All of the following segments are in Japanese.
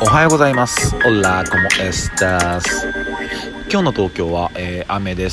おはようございます。オラコモエスタス。今日の東京は、雨です。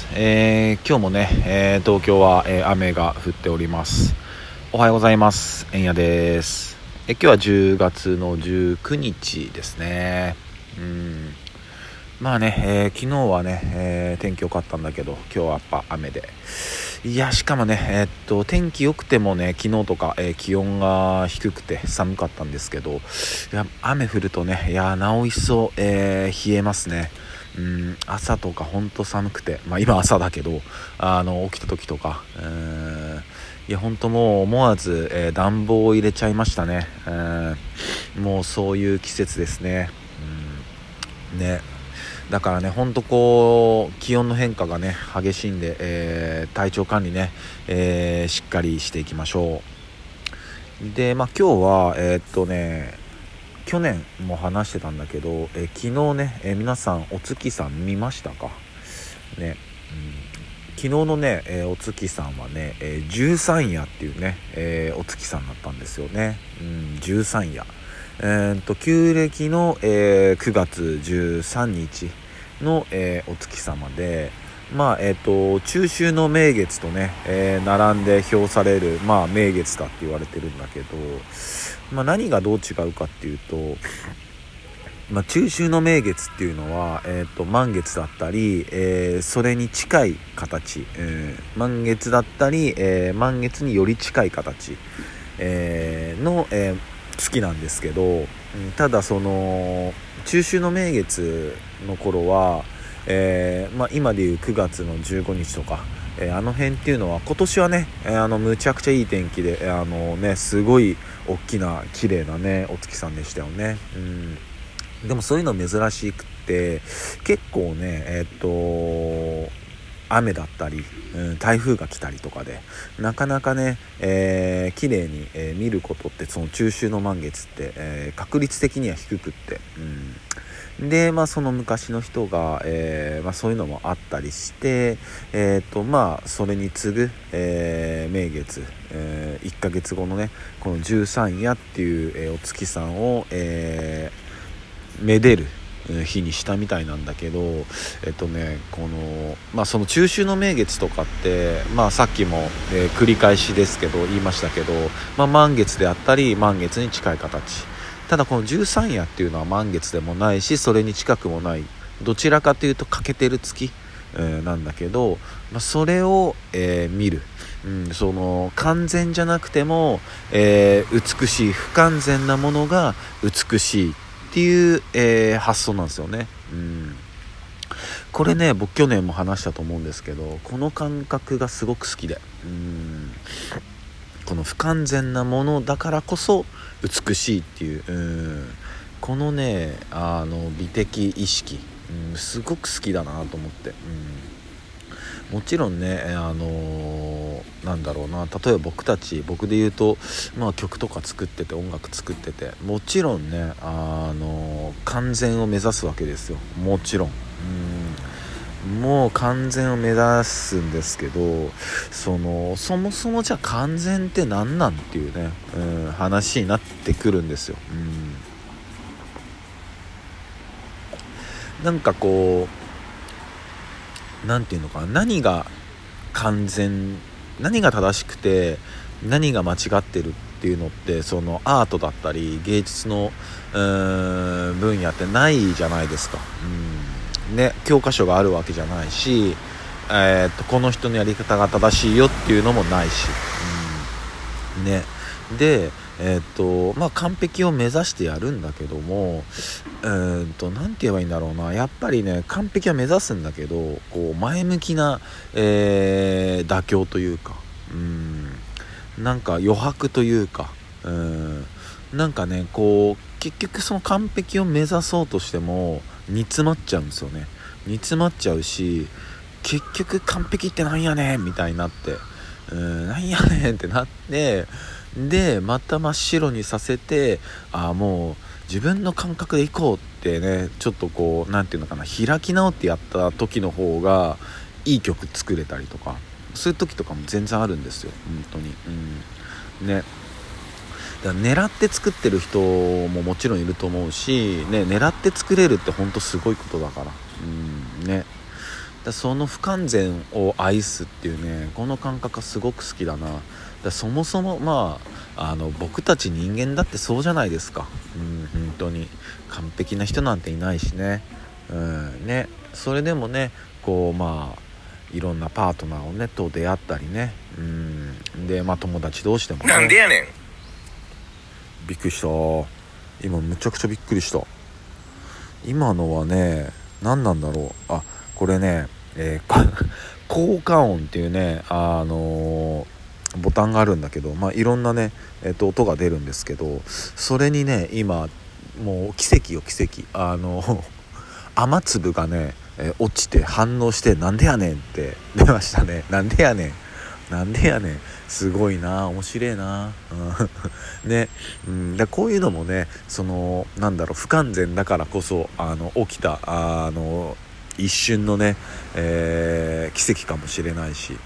今日もね、東京は、雨が降っております。おはようございます。えんやです。今日は10月の19日ですね。まあね、昨日はね、天気良かったんだけど今日はやっぱ雨で、いやしかもね、天気良くてもね昨日とか、気温が低くて寒かったんですけど、いや雨降るとね、いやなお一層、冷えますね。朝とかほんと寒くて、今朝だけど起きた時とかいやほんともう思わず、暖房を入れちゃいましたね。もうそういう季節ですね。ねだからねほんとこう気温の変化がね激しいんで、体調管理ね、しっかりしていきましょう。で今日は去年も話してたんだけど、昨日ね、皆さんお月さん見ましたかね。昨日のね、お月さんはね、十三夜っていうね、お月さんだったんですよね。十三夜旧暦の、9月13日の、お月様で、中秋の名月とね、並んで表される、名月だって言われてるんだけど、何がどう違うかっていうと、中秋の名月っていうのは、満月だったり、それに近い形、満月だったり、満月により近い形、の、月なんですけど、ただその中秋の名月の頃は、今でいう9月の15日とか、あの辺っていうのは今年はね、むちゃくちゃいい天気ですごい大きな綺麗なねお月さんでしたよね。でもそういうの珍しくって結構ね雨だったり、台風が来たりとかでなかなかね、綺麗に、見ることってその中秋の満月って、確率的には低くって、でその昔の人が、そういうのもあったりして、それに次ぐ、名月、1ヶ月後のねこの十三夜っていう、お月さんを、めでる日にしたみたいなんだけど、その中秋の名月とかって、さっきも、繰り返しですけど言いましたけど、満月であったり満月に近い形。ただこの十三夜っていうのは満月でもないしそれに近くもない、どちらかというと欠けてる月、なんだけど、それを、見る、その完全じゃなくても、美しい不完全なものが美しいっていう、発想なんですよね。これね僕去年も話したと思うんですけど、この感覚がすごく好きで、この不完全なものだからこそ美しいっていう、このね美的意識、すごく好きだなと思って、もちろんねなんだろうな、例えば僕で言うと、曲とか作ってて音楽作っててもちろんね完全を目指すわけですよ。もちろんもう完全を目指すんですけど、そもそもじゃあ完全って何なんっていうね、話になってくるんですよ。なんかこうなんていうのかな、何が完全、何が正しくて何が間違ってるっていうのって、そのアートだったり芸術の分野ってないじゃないですか。教科書があるわけじゃないし、この人のやり方が正しいよっていうのもないし、で完璧を目指してやるんだけども、なんて言えばいいんだろうな、やっぱりね完璧は目指すんだけど、こう前向きな、妥協というか、なんか余白というか、なんかねこう結局その完璧を目指そうとしても煮詰まっちゃうんですよね。煮詰まっちゃうし、結局完璧ってなんやねんみたいになって、なんやねんってなって、でまた真っ白にさせて、もう自分の感覚でいこうってね、ちょっとこうなんていうのかな、開き直ってやった時の方がいい曲作れたりとか、そういう時とかも全然あるんですよ本当に。 だから狙って作ってる人ももちろんいると思うし、ね、狙って作れるって本当すごいことだから、ね、だその不完全を愛すっていうね、この感覚はすごく好きだな。だそもそも僕たち人間だってそうじゃないですか。本当に完璧な人なんていないしね。ね、それでもね、こういろんなパートナーをねと出会ったりね、で友達同士でもね、 なんでやねん。 びっくりした。今むちゃくちゃびっくりした。今のはね、何なんだろう。これね、効果音っていうね、ボタンがあるんだけど、いろんなね、音が出るんですけど、それにね今もう奇跡よ奇跡。雨粒がね、落ちて反応して、なんでやねんって出ましたね。なんでやねんすごいな、面白いな、ね、でこういうのもね、不完全だからこそ起きた一瞬のね、奇跡かもしれないし、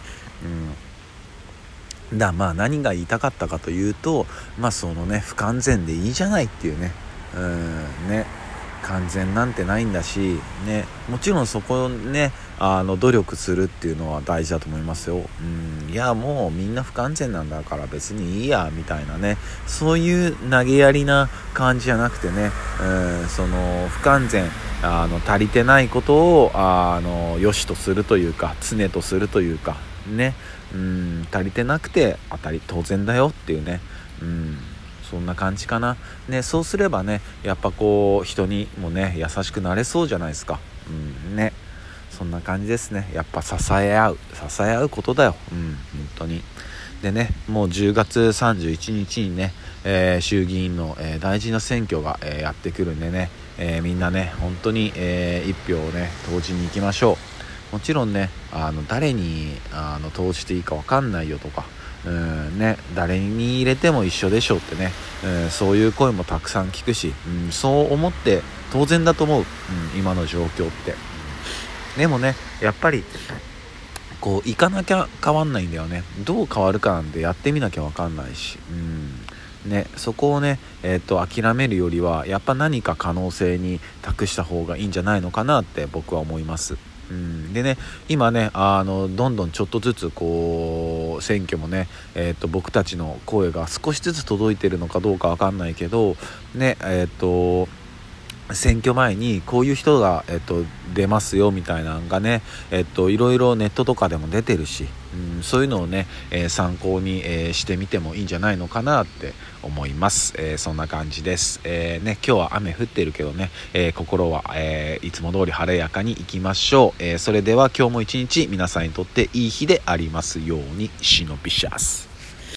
何が言いたかったかというと、そのね不完全でいいじゃないっていうね、ね、完全なんてないんだし、ね、もちろんそこをね努力するっていうのは大事だと思いますよ。いやもうみんな不完全なんだから別にいいやみたいなね、そういう投げやりな感じじゃなくてね、その不完全足りてないことを良しとするというか、常とするというかね、足りてなくて当然だよっていうね、そんな感じかな、ね、そうすればねやっぱこう人にもね優しくなれそうじゃないですか。ね、そんな感じですね。やっぱ支え合うことだよ。本当に。でね、もう10月31日にね、衆議院の、大事な選挙が、やってくるんでね、みんなね本当に、一票をね投じに行きましょう。もちろんね誰に投じていいか分かんないよとか、ね、誰に入れても一緒でしょうってね、そういう声もたくさん聞くし、そう思って当然だと思う、今の状況って。でもねやっぱりこう行かなきゃ変わんないんだよね。どう変わるかなんてやってみなきゃ分かんないし、ね、そこをね、諦めるよりはやっぱ何か可能性に託した方がいいんじゃないのかなって僕は思います。でね、今ねどんどんちょっとずつこう選挙もね、僕たちの声が少しずつ届いてるのかどうか分かんないけどね、選挙前にこういう人が、出ますよみたいなのがね、いろいろネットとかでも出てるし、そういうのをね、参考に、してみてもいいんじゃないのかなって思います。そんな感じです。今日は雨降ってるけどね、心は、いつも通り晴れやかにいきましょう。それでは今日も一日皆さんにとっていい日でありますように。シノビシャス。